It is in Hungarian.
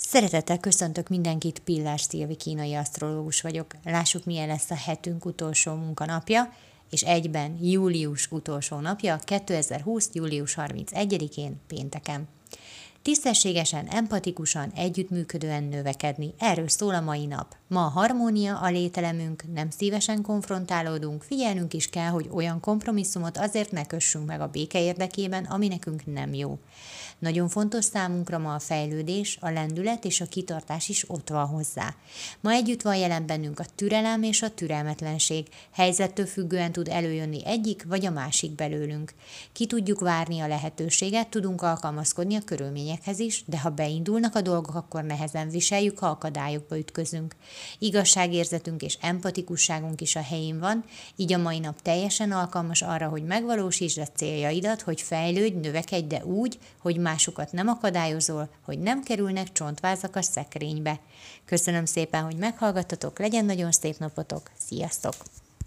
Szeretettel köszöntök mindenkit, Pillás Szilvi kínai asztrológus vagyok. Lássuk, milyen lesz a hetünk utolsó munkanapja, és egyben július utolsó napja, 2020. július 31-én pénteken. Tisztességesen, empatikusan, együttműködően növekedni. Erről szól a mai nap. Ma a harmónia a lételemünk, nem szívesen konfrontálódunk, figyelnünk is kell, hogy olyan kompromisszumot azért ne kössünk meg a béke érdekében, ami nekünk nem jó. Nagyon fontos számunkra ma a fejlődés, a lendület és a kitartás is ott van hozzá. Ma együtt van jelen bennünk a türelem és a türelmetlenség. Helyzettől függően tud előjönni egyik vagy a másik belőlünk. Ki tudjuk várni a lehetőséget, tudunk alkalmazkodni a körülményekhez is, de ha beindulnak a dolgok, akkor nehezen viseljük, ha akadályokba ütközünk. Igazságérzetünk és empatikusságunk is a helyén van, így a mai nap teljesen alkalmas arra, hogy megvalósítsd a céljaidat, hogy fejlődj, növekedj, de úgy, hogy másokat nem akadályozol, hogy nem kerülnek csontvázak a szekrénybe. Köszönöm szépen, hogy meghallgattatok, legyen nagyon szép napotok, sziasztok!